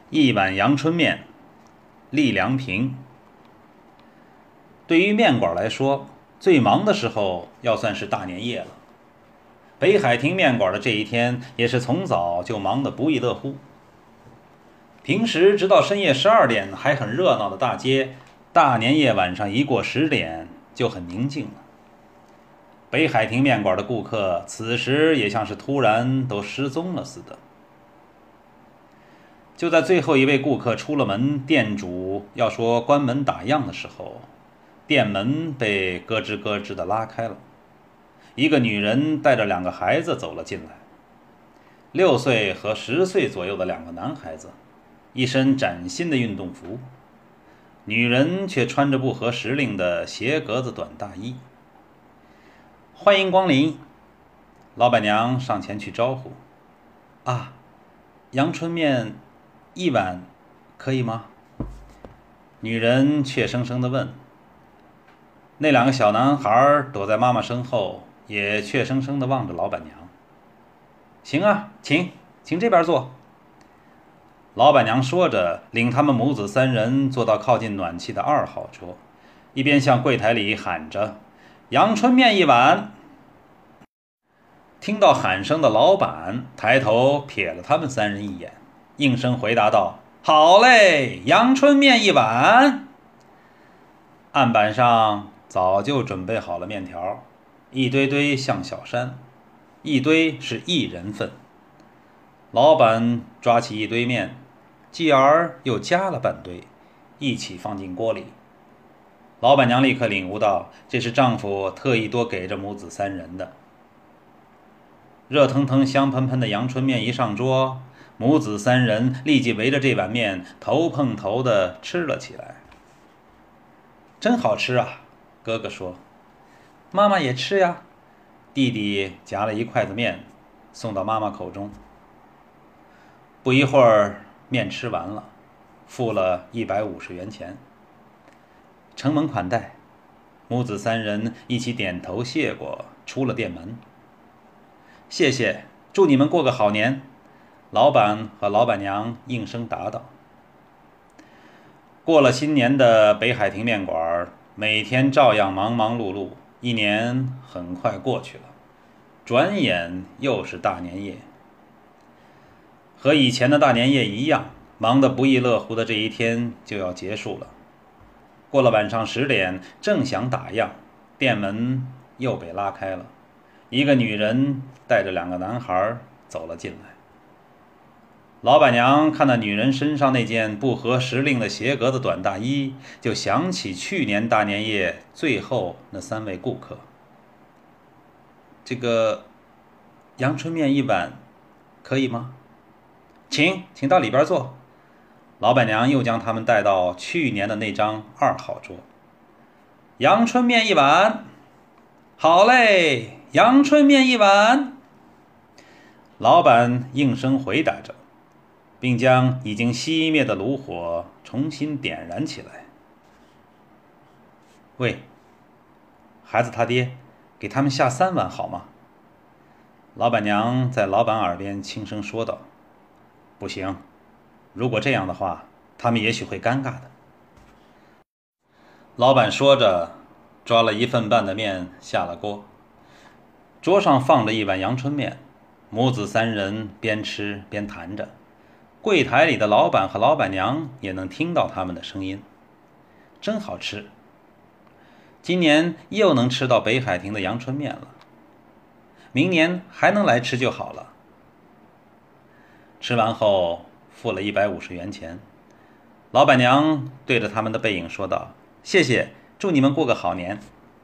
一碗阳春面，栗良平。对于面馆来说，最忙的时候要算是大年夜了。北海亭面馆的这一天也是从早就忙得不亦乐乎。平时直到深夜12点还很热闹的大街，大年夜晚上一过10点就很宁静了。北海亭面馆的顾客此时也像是突然都失踪了似的。就在最后一位顾客出了门，店主要说关门打烊的时候，店门被咯吱咯吱地拉开了，一个女人带着2个孩子走了进来，6岁和10岁左右的2个男孩子，一身崭新的运动服，女人却穿着不合时令的斜格子短大衣。欢迎光临，老板娘上前去招呼。啊，阳春面1碗可以吗？女人怯生生地问。那2个小男孩躲在妈妈身后，也怯生生地望着老板娘。行啊，请这边坐。老板娘说着，领他们母子3人坐到靠近暖气的2号桌，一边向柜台里喊着阳春面1碗。听到喊声的老板抬头瞥了他们3人一眼，应声回答道：好嘞，阳春面1碗。案板上早就准备好了面条，一堆堆像小山，一堆是1人份。老板抓起一堆面，继而又加了半堆，一起放进锅里。老板娘立刻领悟到，这是丈夫特意多给着母子3人的。热腾腾香喷喷的阳春面一上桌，母子3人立即围着这碗面头碰头地吃了起来。真好吃啊，哥哥说。妈妈也吃呀，弟弟夹了一筷子面送到妈妈口中。不一会儿面吃完了，付了150元钱。承蒙款待，母子3人一起点头谢过，出了店门。谢谢，祝你们过个好年，老板和老板娘应声答道。过了新年的北海亭面馆每天照样忙忙碌碌，一年很快过去了，转眼又是大年夜。和以前的大年夜一样，忙得不亦乐乎的这一天就要结束了。过了晚上10点，正想打烊，店门又被拉开了，一个女人带着2个男孩走了进来。老板娘看那女人身上那件不合时令的斜格子短大衣，就想起去年大年夜最后那3位顾客。这个阳春面1碗可以吗？请到里边坐。老板娘又将他们带到去年的那张2号桌。阳春面1碗。好嘞，阳春面1碗。老板应声回答着，并将已经熄灭的炉火重新点燃起来。喂，孩子他爹，给他们下3碗好吗？老板娘在老板耳边轻声说道。不行，如果这样的话，他们也许会尴尬的。老板说着，抓了1份半的面下了锅。桌上放着一碗阳春面，母子3人边吃边谈着。柜台里的老板和老板娘也能听到他们的声音。真好吃，今年又能吃到北海亭的阳春面了，明年还能来吃就好了。吃完后付了150元钱，老板娘对着他们的背影说道：谢谢，祝你们过个好年。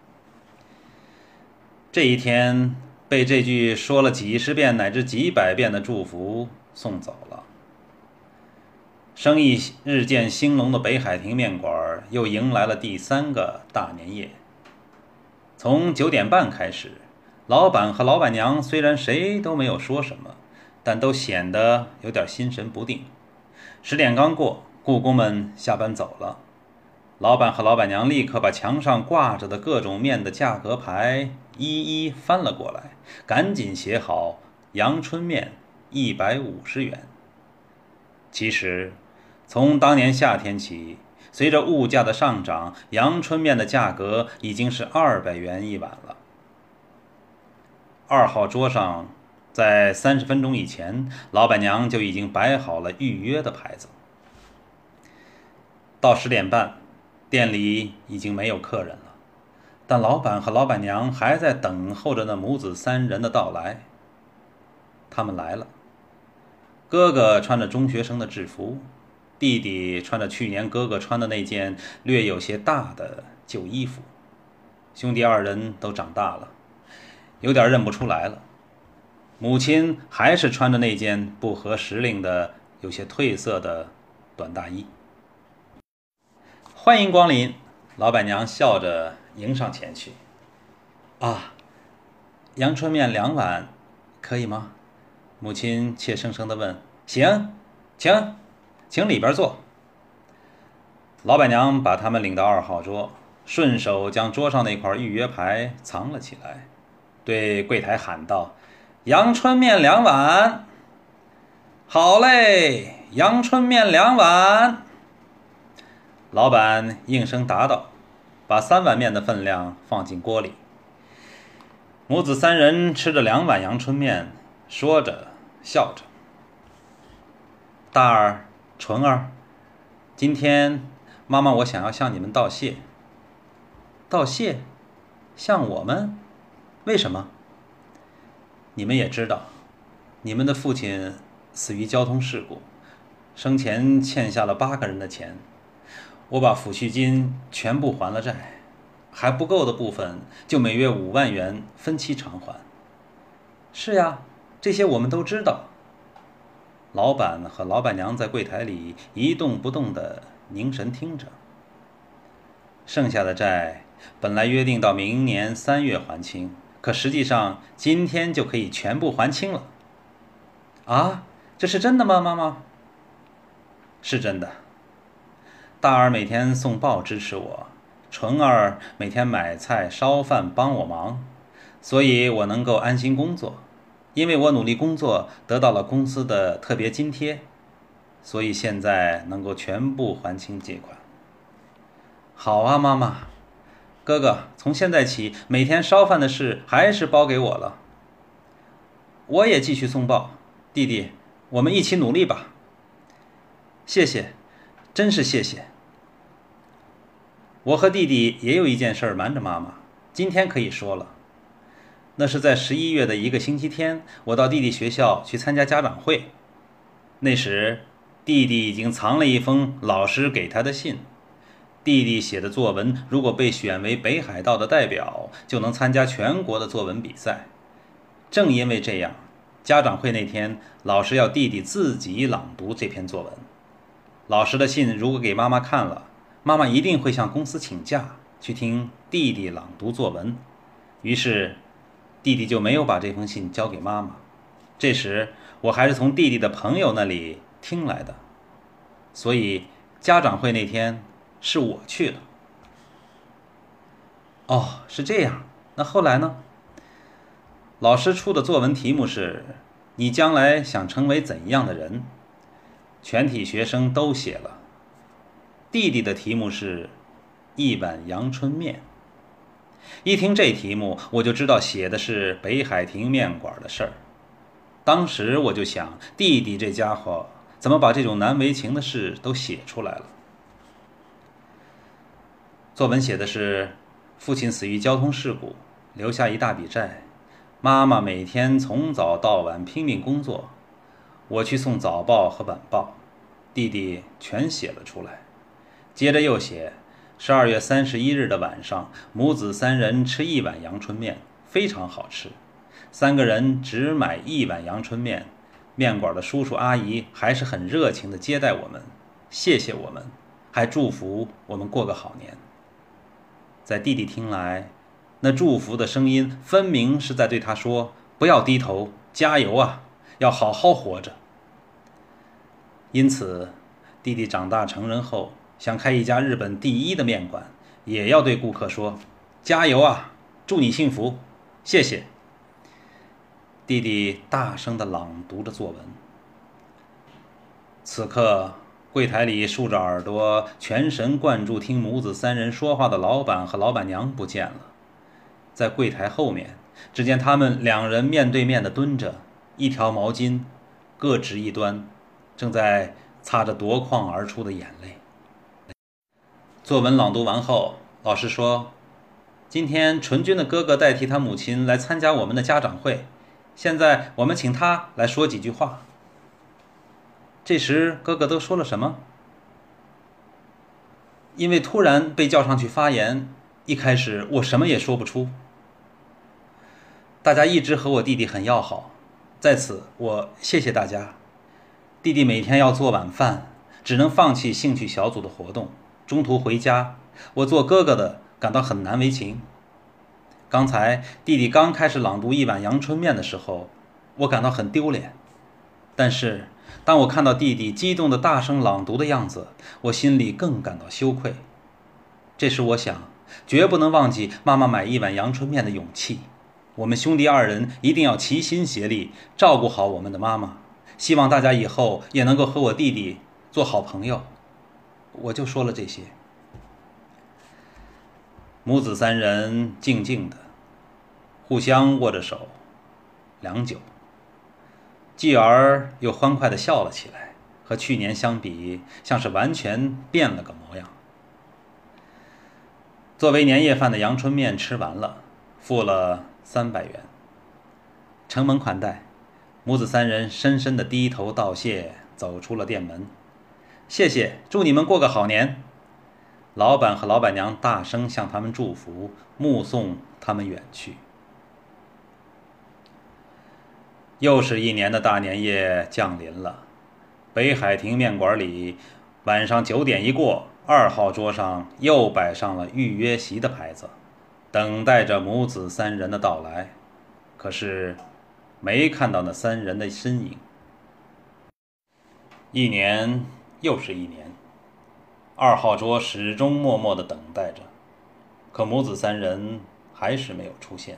这一天被这句说了几十遍乃至几百遍的祝福送走了。生意日渐兴隆的北海亭面馆又迎来了第3个大年夜。从9点半开始，老板和老板娘虽然谁都没有说什么，但都显得有点心神不定。10点刚过，雇工们下班走了。老板和老板娘立刻把墙上挂着的各种面的价格牌一一翻了过来，赶紧写好阳春面150元。其实从当年夏天起，随着物价的上涨，阳春面的价格已经是200元一碗了。2号桌上，在30分钟以前，老板娘就已经摆好了预约的牌子。到10点半，店里已经没有客人了，但老板和老板娘还在等候着那母子3人的到来。他们来了，哥哥穿着中学生的制服，弟弟穿着去年哥哥穿的那件略有些大的旧衣服。兄弟2人都长大了，有点认不出来了。母亲还是穿着那件不合时令的、有些褪色的短大衣。欢迎光临，老板娘笑着迎上前去。啊，阳春面2碗，可以吗？母亲怯生生地问。行，请里边坐。老板娘把他们领到2号桌，顺手将桌上那块预约牌藏了起来，对柜台喊道：阳春面2碗。好嘞，阳春面2碗。老板应声答道，把3碗面的分量放进锅里。母子3人吃着2碗阳春面，说着笑着。大儿、纯儿，今天妈妈我想要向你们道谢。道谢？向我们？为什么？你们也知道，你们的父亲死于交通事故，生前欠下了8个人的钱，我把抚恤金全部还了债，还不够的部分就每月5万元分期偿还。是呀，这些我们都知道。老板和老板娘在柜台里一动不动地凝神听着。剩下的债本来约定到明年3月还清，可实际上今天就可以全部还清了。啊，这是真的吗，妈妈？是真的。大儿每天送报支持我，纯儿每天买菜烧饭帮我忙，所以我能够安心工作。因为我努力工作得到了公司的特别津贴，所以现在能够全部还清借款。好啊，妈妈。哥哥，从现在起每天烧饭的事还是包给我了。我也继续送报。弟弟，我们一起努力吧。谢谢，真是谢谢。我和弟弟也有一件事瞒着妈妈，今天可以说了。那是在11月的一个星期天，我到弟弟学校去参加家长会。那时，弟弟已经藏了一封老师给他的信。弟弟写的作文如果被选为北海道的代表，就能参加全国的作文比赛。正因为这样，家长会那天，老师要弟弟自己朗读这篇作文。老师的信如果给妈妈看了，妈妈一定会向公司请假去听弟弟朗读作文。于是弟弟就没有把这封信交给妈妈。这时我还是从弟弟的朋友那里听来的，所以家长会那天是我去了。哦，是这样。那后来呢？老师出的作文题目是你将来想成为怎样的人，全体学生都写了。弟弟的题目是一碗阳春面。一听这题目，我就知道写的是北海亭面馆的事儿。当时我就想，弟弟这家伙怎么把这种难为情的事都写出来了。作文写的是父亲死于交通事故，留下一大笔债，妈妈每天从早到晚拼命工作，我去送早报和晚报，弟弟全写了出来。接着又写12月31日的晚上，母子3人吃1碗阳春面，非常好吃。3个人只买1碗阳春面，面馆的叔叔阿姨还是很热情地接待我们，谢谢我们，还祝福我们过个好年。在弟弟听来，那祝福的声音分明是在对他说：不要低头，加油啊，要好好活着。因此，弟弟长大成人后，想开一家日本第1的面馆，也要对顾客说：加油啊，祝你幸福，谢谢。弟弟大声地朗读着作文。此刻柜台里竖着耳朵，全神贯注听母子三人说话的老板和老板娘不见了。在柜台后面，只见他们两人面对面地蹲着，一条毛巾各执一端，正在擦着夺眶而出的眼泪。作文朗读完后，老师说：“今天纯君的哥哥代替他母亲来参加我们的家长会，现在我们请他来说几句话。”这时哥哥都说了什么？因为突然被叫上去发言，一开始我什么也说不出。大家一直和我弟弟很要好，在此我谢谢大家。弟弟每天要做晚饭，只能放弃兴趣小组的活动，中途回家，我做哥哥的感到很难为情。刚才弟弟刚开始朗读一碗阳春面的时候，我感到很丢脸，但是当我看到弟弟激动的大声朗读的样子，我心里更感到羞愧。这时我想，绝不能忘记妈妈买一碗阳春面的勇气。我们兄弟二人一定要齐心协力，照顾好我们的妈妈。希望大家以后也能够和我弟弟做好朋友。我就说了这些。母子三人静静的，互相握着手，良久。继而又欢快地笑了起来，和去年相比，像是完全变了个模样。作为年夜饭的阳春面吃完了，付了300元。承蒙款待，母子三人深深地低头道谢，走出了店门。谢谢，祝你们过个好年。老板和老板娘大声向他们祝福，目送他们远去。又是一年的大年夜降临了，北海亭面馆里，晚上9点一过，2号桌上又摆上了预约席的牌子，等待着母子三人的到来。可是没看到那三人的身影。一年又是一年，2号桌始终默默地等待着，可母子三人还是没有出现。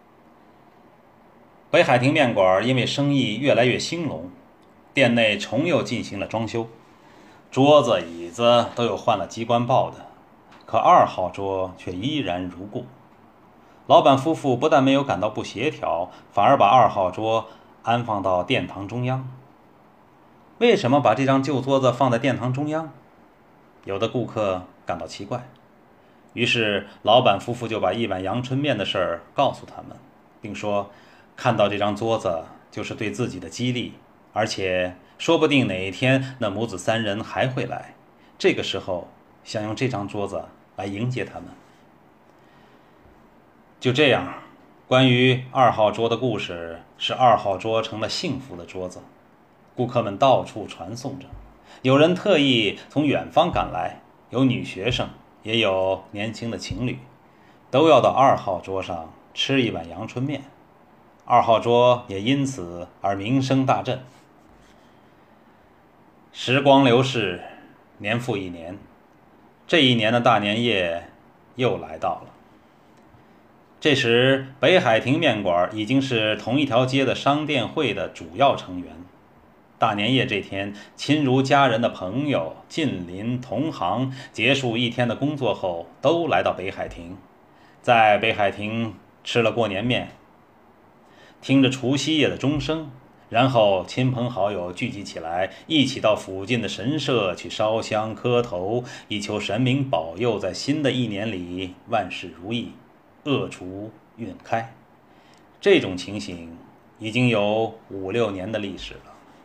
北海亭面馆因为生意越来越兴隆，店内重又进行了装修，桌子椅子都有换了机关报的，可2号桌却依然如故。老板夫妇不但没有感到不协调，反而把2号桌安放到殿堂中央。为什么把这张旧桌子放在殿堂中央？有的顾客感到奇怪，于是老板夫妇就把一碗阳春面的事儿告诉他们，并说看到这张桌子就是对自己的激励，而且说不定哪一天那母子三人还会来，这个时候想用这张桌子来迎接他们。就这样，关于2号桌的故事使2号桌成了幸福的桌子，顾客们到处传颂着，有人特意从远方赶来，有女学生，也有年轻的情侣，都要到2号桌上吃一碗阳春面。2号桌也因此而名声大振。时光流逝，年复一年，这一年的大年夜又来到了。这时北海亭面馆已经是同一条街的商店会的主要成员。大年夜这天，亲如家人的朋友、近邻、同行结束一天的工作后，都来到北海亭，在北海亭吃了过年面，听着除夕夜的钟声，然后亲朋好友聚集起来，一起到附近的神社去烧香磕头，以求神明保佑在新的一年里万事如意，恶除运开。这种情形已经有5、6年的历史了。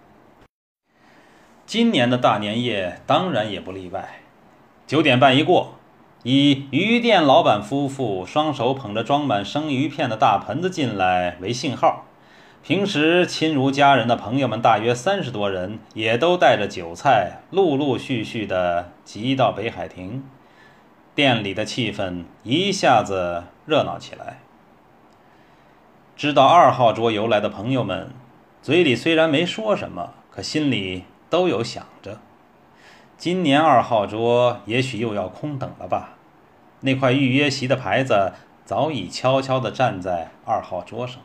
今年的大年夜当然也不例外。9点半一过，以鱼店老板夫妇双手捧着装满生鱼片的大盆子进来为信号，平时亲如家人的朋友们大约30多人，也都带着酒菜陆陆续续地集到北海亭，店里的气氛一下子热闹起来。知道2号桌由来的朋友们，嘴里虽然没说什么，可心里都有想着，今年2号桌也许又要空等了吧。那块预约席的牌子早已悄悄地站在2号桌上。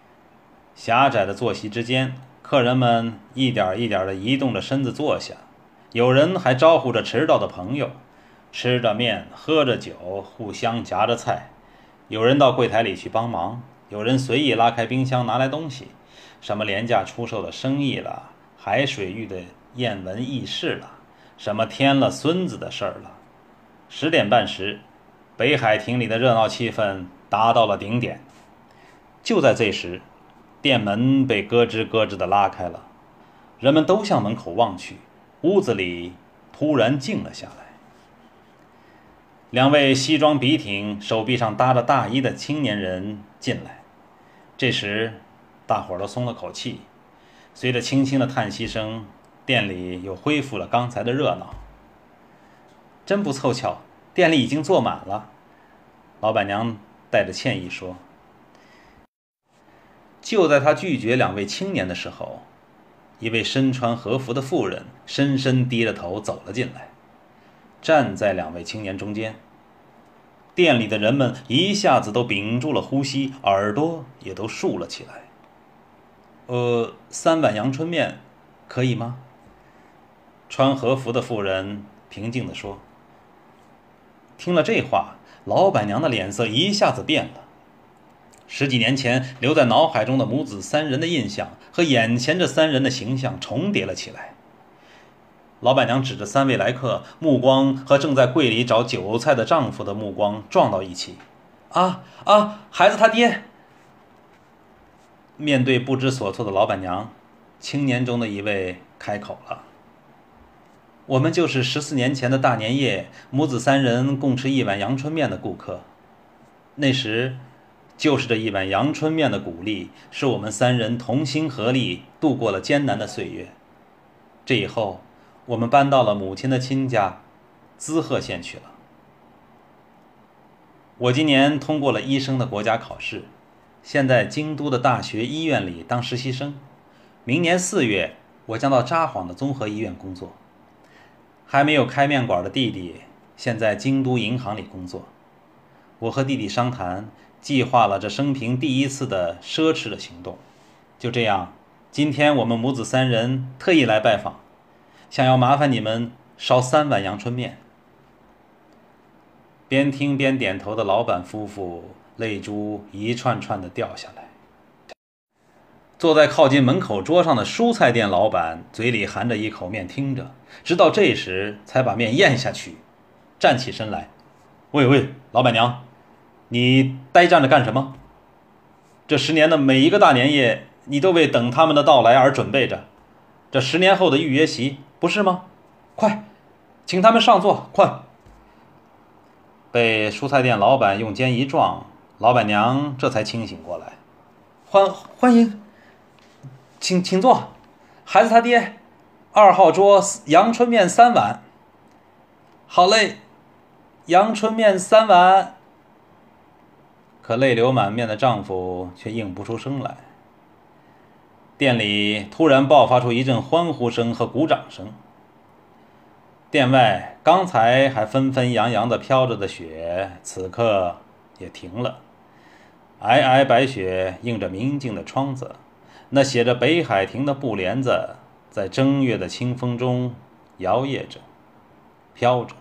狭窄的坐席之间，客人们一点一点地移动着身子坐下， 有人还招呼着迟到的朋友，吃着面，喝着酒，互相夹着菜。有人到柜台里去帮忙，有人随意拉开冰箱拿来东西，什么廉价出售的生意了，海水浴的艳闻轶事了，什么添了孙子的事儿了。10点半时，北海亭里的热闹气氛达到了顶点。就在这时，店门被咯吱咯吱地拉开了，人们都向门口望去，屋子里突然静了下来。2位西装笔挺、手臂上搭着大衣的青年人进来。这时，大伙儿都松了口气，随着轻轻的叹息声，店里又恢复了刚才的热闹。真不凑巧，店里已经坐满了。老板娘带着歉意说。就在她拒绝2位青年的时候，一位身穿和服的妇人深深低着头走了进来，站在2位青年中间。店里的人们一下子都屏住了呼吸，耳朵也都竖了起来。3碗阳春面，可以吗？穿和服的妇人平静地说。听了这话，老板娘的脸色一下子变了。10几年前留在脑海中的母子3人的印象和眼前这3人的形象重叠了起来。老板娘指着3位来客，目光和正在柜里找韭菜的丈夫的目光撞到一起。孩子他爹！面对不知所措的老板娘，青年中的一位开口了。我们就是14年前的大年夜，母子3人共吃1碗阳春面的顾客。那时，就是这1碗阳春面的鼓励，使我们3人同心合力度过了艰难的岁月。这以后，我们搬到了母亲的亲家，滋贺县去了。我今年通过了医生的国家考试，现在京都的大学医院里当实习生。明年4月，我将到札幌的综合医院工作。还没有开面馆的弟弟，现在京都银行里工作。我和弟弟商谈，计划了这生平第一次的奢侈的行动。就这样，今天我们母子3人特意来拜访，想要麻烦你们烧3碗阳春面。边听边点头的老板夫妇泪珠一串串地掉下来。坐在靠近门口桌上的蔬菜店老板嘴里含着一口面听着，直到这时才把面咽下去，站起身来。喂，老板娘，你呆站着干什么？这10年的每一个大年夜，你都为等他们的到来而准备着，这10年后的预约席，不是吗？快，请他们上座，快！被蔬菜店老板用肩一撞，老板娘这才清醒过来。欢迎，请坐。孩子他爹，2号桌阳春面3碗。好嘞，阳春面3碗。可泪流满面的丈夫却应不出声来。店里突然爆发出一阵欢呼声和鼓掌声。店外刚才还纷纷扬扬地飘着的雪，此刻也停了。皑皑白雪映着明净的窗子，那写着北海亭的布帘子在正月的清风中摇曳着，飘着。